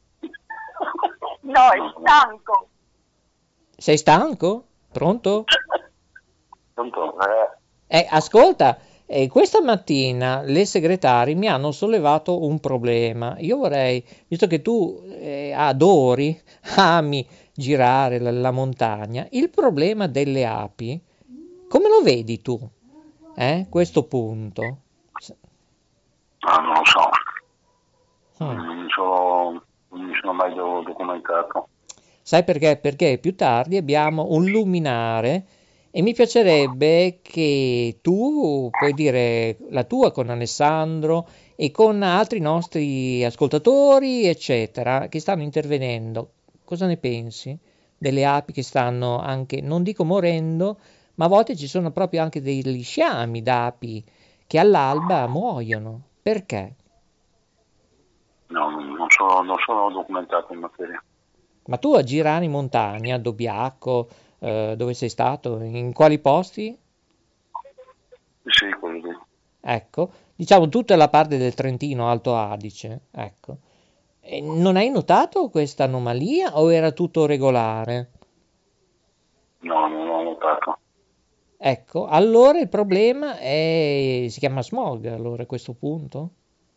No, è stanco. Sei stanco? Pronto? Pronto? Eh, Eh, ascolta, eh, questa mattina le segretarie mi hanno sollevato un problema. Io vorrei, visto che tu eh, adori, ami girare la, la montagna, il problema delle api, come lo vedi tu? Eh, questo punto? S- ah, non lo so, mm. non, mi sono, non mi sono mai do- documentato. Sai perché? Perché più tardi abbiamo un luminare e mi piacerebbe che tu puoi dire la tua con Alessandro e con altri nostri ascoltatori, eccetera, che stanno intervenendo. Cosa ne pensi delle api che stanno anche, non dico morendo, ma a volte ci sono proprio anche degli sciami d'api che all'alba muoiono. Perché? No, non non sono, non sono documentato in materia. Ma tu a girare in montagna, a Dobbiaco, eh, dove sei stato? In quali posti? Sì, quello lì. Ecco, diciamo tutta la parte del Trentino Alto Adige, ecco. E non hai notato questa anomalia o era tutto regolare? No, non l'ho notato. Ecco, allora il problema è, si chiama smog, allora a questo punto?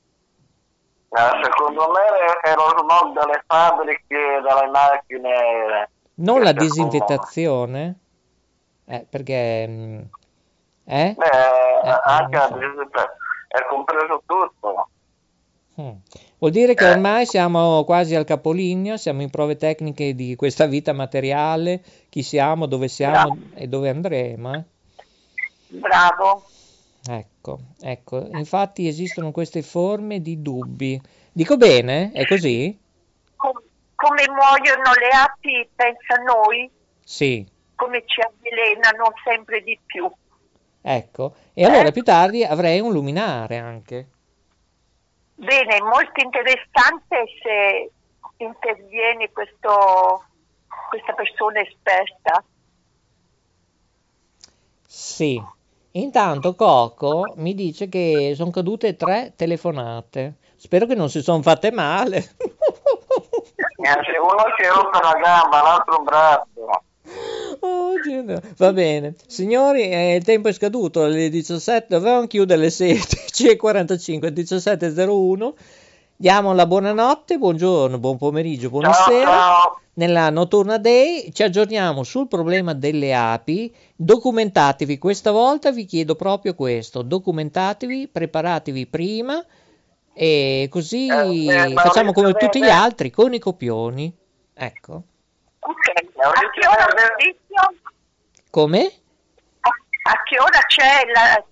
Eh, secondo me è lo smog dalle fabbriche, dalle macchine. Non che la circolano. disinfettazione? Eh, perché... mm, Eh? Beh, Eh, anche non la so. disinfettazione, è compreso tutto. Mm. Vuol dire che ormai siamo quasi al capolinea, siamo in prove tecniche di questa vita materiale, chi siamo, dove siamo e dove andremo, eh? Bravo. Ecco, ecco, infatti esistono queste forme di dubbi. Dico bene? È così? Com- come muoiono le api, pensa a noi, Sì, come ci avvelenano sempre di più. ecco. E allora più tardi avrei un luminare anche. Bene, molto interessante se interviene questo, questa persona esperta. Sì. Intanto Coco mi dice che sono cadute tre telefonate. Spero che non si sono fatte male. Eh, uno si è rotto la gamba, l'altro un braccio. Oh, va bene, signori, eh, il tempo è scaduto alle diciassette, dovevamo chiudere alle sedici e quarantacinque, diciassette e zero uno. Diamo la buonanotte, buongiorno, buon pomeriggio, buonasera. Ciao, ciao. Nella Notturna Day ci aggiorniamo sul problema delle api. Documentatevi, questa volta vi chiedo proprio questo, documentatevi, preparatevi prima e così eh, eh, facciamo come eh, tutti eh, gli altri con i copioni. Ecco. Ok, a che ora Maurizio? Come? A che ora c'è la,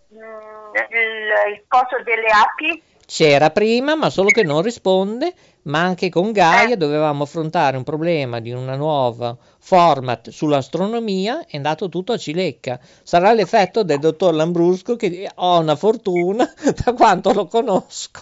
il, il coso delle api? C'era prima, ma solo che non risponde, ma anche con Gaia dovevamo affrontare un problema di una nuova format sull'astronomia, è andato tutto a cilecca. Sarà l'effetto del dottor Lambrusco, che ho una fortuna da quanto lo conosco.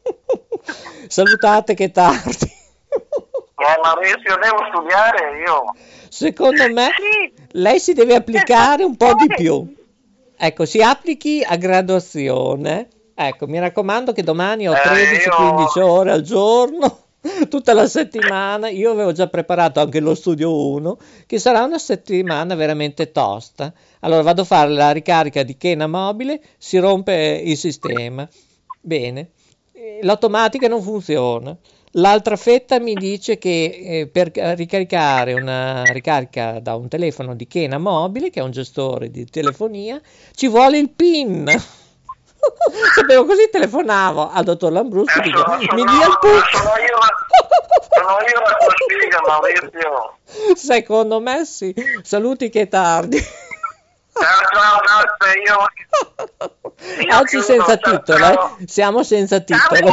Salutate, che tardi. Eh, Maurizio, devo studiare io. Secondo me lei si deve applicare un po' di più. Ecco, si applichi a graduazione. Ecco, mi raccomando che domani ho tredici quindici ore al giorno, tutta la settimana. Io avevo già preparato anche lo studio uno, che sarà una settimana veramente tosta. Allora vado a fare la ricarica di Kena mobile, si rompe il sistema. Bene, l'automatica non funziona. L'altra fetta mi dice che eh, per ricaricare una ricarica da un telefono di Kena mobile, che è un gestore di telefonia, ci vuole il PIN. Sapevo, così telefonavo al dottor Lambrusco, dico, sono, mi sono, dia il PIN. sono io sono io la tua spiga, Maurizio. Secondo me sì. Saluti, che tardi. Ciao, ciao, io, io Oggi chiudo, senza ciao, titolo, ciao. eh? Siamo senza titolo.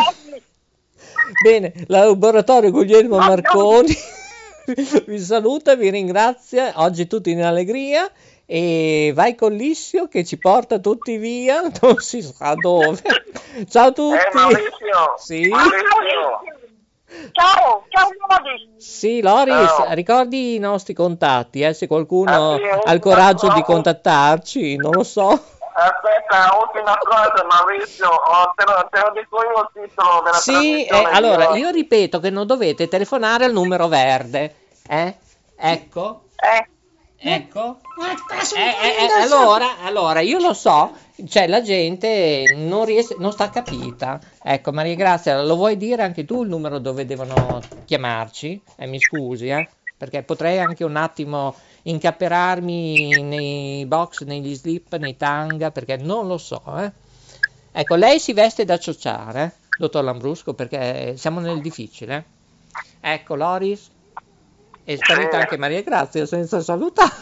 Bene, laboratorio Guglielmo Marconi vi saluta, vi ringrazia, oggi tutti in allegria, e vai con Lissio che ci porta tutti via, non si sa dove. Ciao a tutti. Eh, Maurizio, sì. Maurizio. Ciao, ciao Loris. Sì, Loris, Ciao. Ricordi i nostri contatti, eh, se qualcuno Ah, sì, ha il coraggio no, di no. contattarci, non lo so. Aspetta, ultima cosa, Maurizio, oh, te, lo, te lo dico io il titolo della Sì, eh, trasmissione. allora, di io oggi. ripeto che non dovete telefonare al numero verde, eh? Ecco. Eh. Ecco, eh, eh, eh, allora, allora, io lo so, cioè la gente non riesce, non sta capita. Ecco, Maria Grazia, lo vuoi dire anche tu il numero dove devono chiamarci? Eh, mi scusi, eh, perché potrei anche un attimo incapperarmi nei box, negli slip, nei tanga, perché non lo so, eh. Ecco, lei si veste da ciociare, eh, dottor Lambrusco, perché siamo nel difficile. Ecco, Loris. È sparita anche Maria Grazia senza salutare.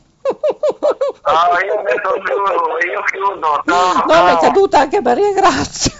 No, io metto giù, io chiudo. Ciao, No, ciao. è caduta anche Maria Grazia.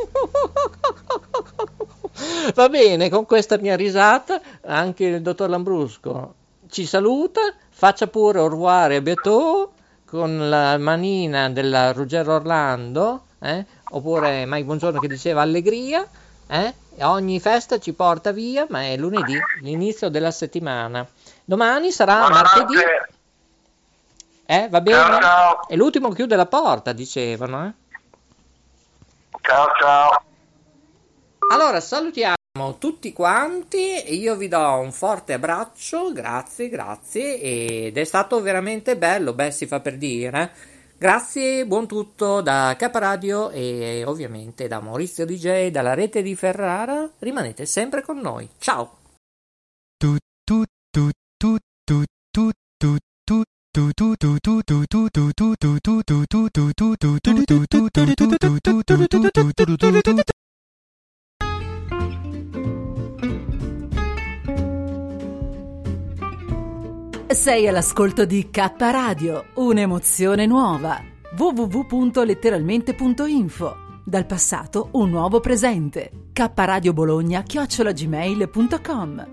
Va bene, con questa mia risata anche il dottor Lambrusco ci saluta. Faccia pure au revoir e bientôt con la manina della Ruggero Orlando, eh? Oppure Mike Buongiorno che diceva allegria, eh? Ogni festa ci porta via, ma è lunedì, l'inizio della settimana. Domani sarà martedì. Eh, va bene? Ciao, ciao. E l'ultimo chiude la porta, dicevano, eh? Ciao, ciao. Allora, salutiamo tutti quanti, io vi do un forte abbraccio, grazie, grazie, ed è stato veramente bello, beh, si fa per dire, eh? Grazie, buon tutto da K Radio e ovviamente da Maurizio D J, dalla rete di Ferrara. Rimanete sempre con noi. Ciao! Sei all'ascolto di K Radio, un'emozione nuova. w w w punto letteralmente punto info. Dal passato un nuovo presente. K Radio Bologna chiocciola gmail punto com.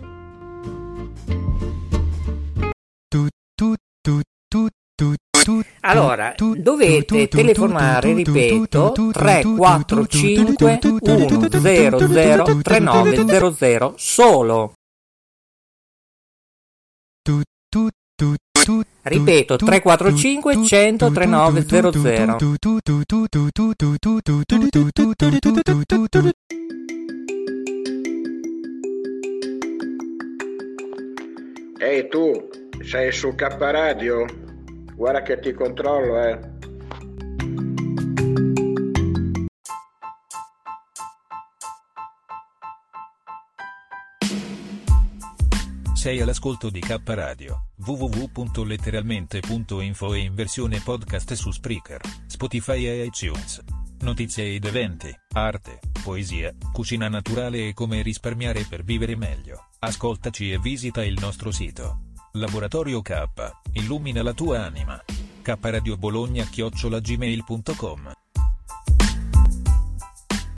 Allora, dovete telefonare, ripeto, tre quattro cinque uno zero zero tre nove zero zero solo. Ripeto, tre quattro cinque cento trentanove zero zero. Ehi tu, sei su K Radio? Guarda che ti controllo, eh. Sei all'ascolto di K Radio, w w w punto letteralmente punto info e in versione podcast su Spreaker, Spotify e iTunes. Notizie ed eventi, arte, poesia, cucina naturale e come risparmiare per vivere meglio. Ascoltaci e visita il nostro sito. Laboratorio K, illumina la tua anima. K Radio Bologna chiocciola gmail punto com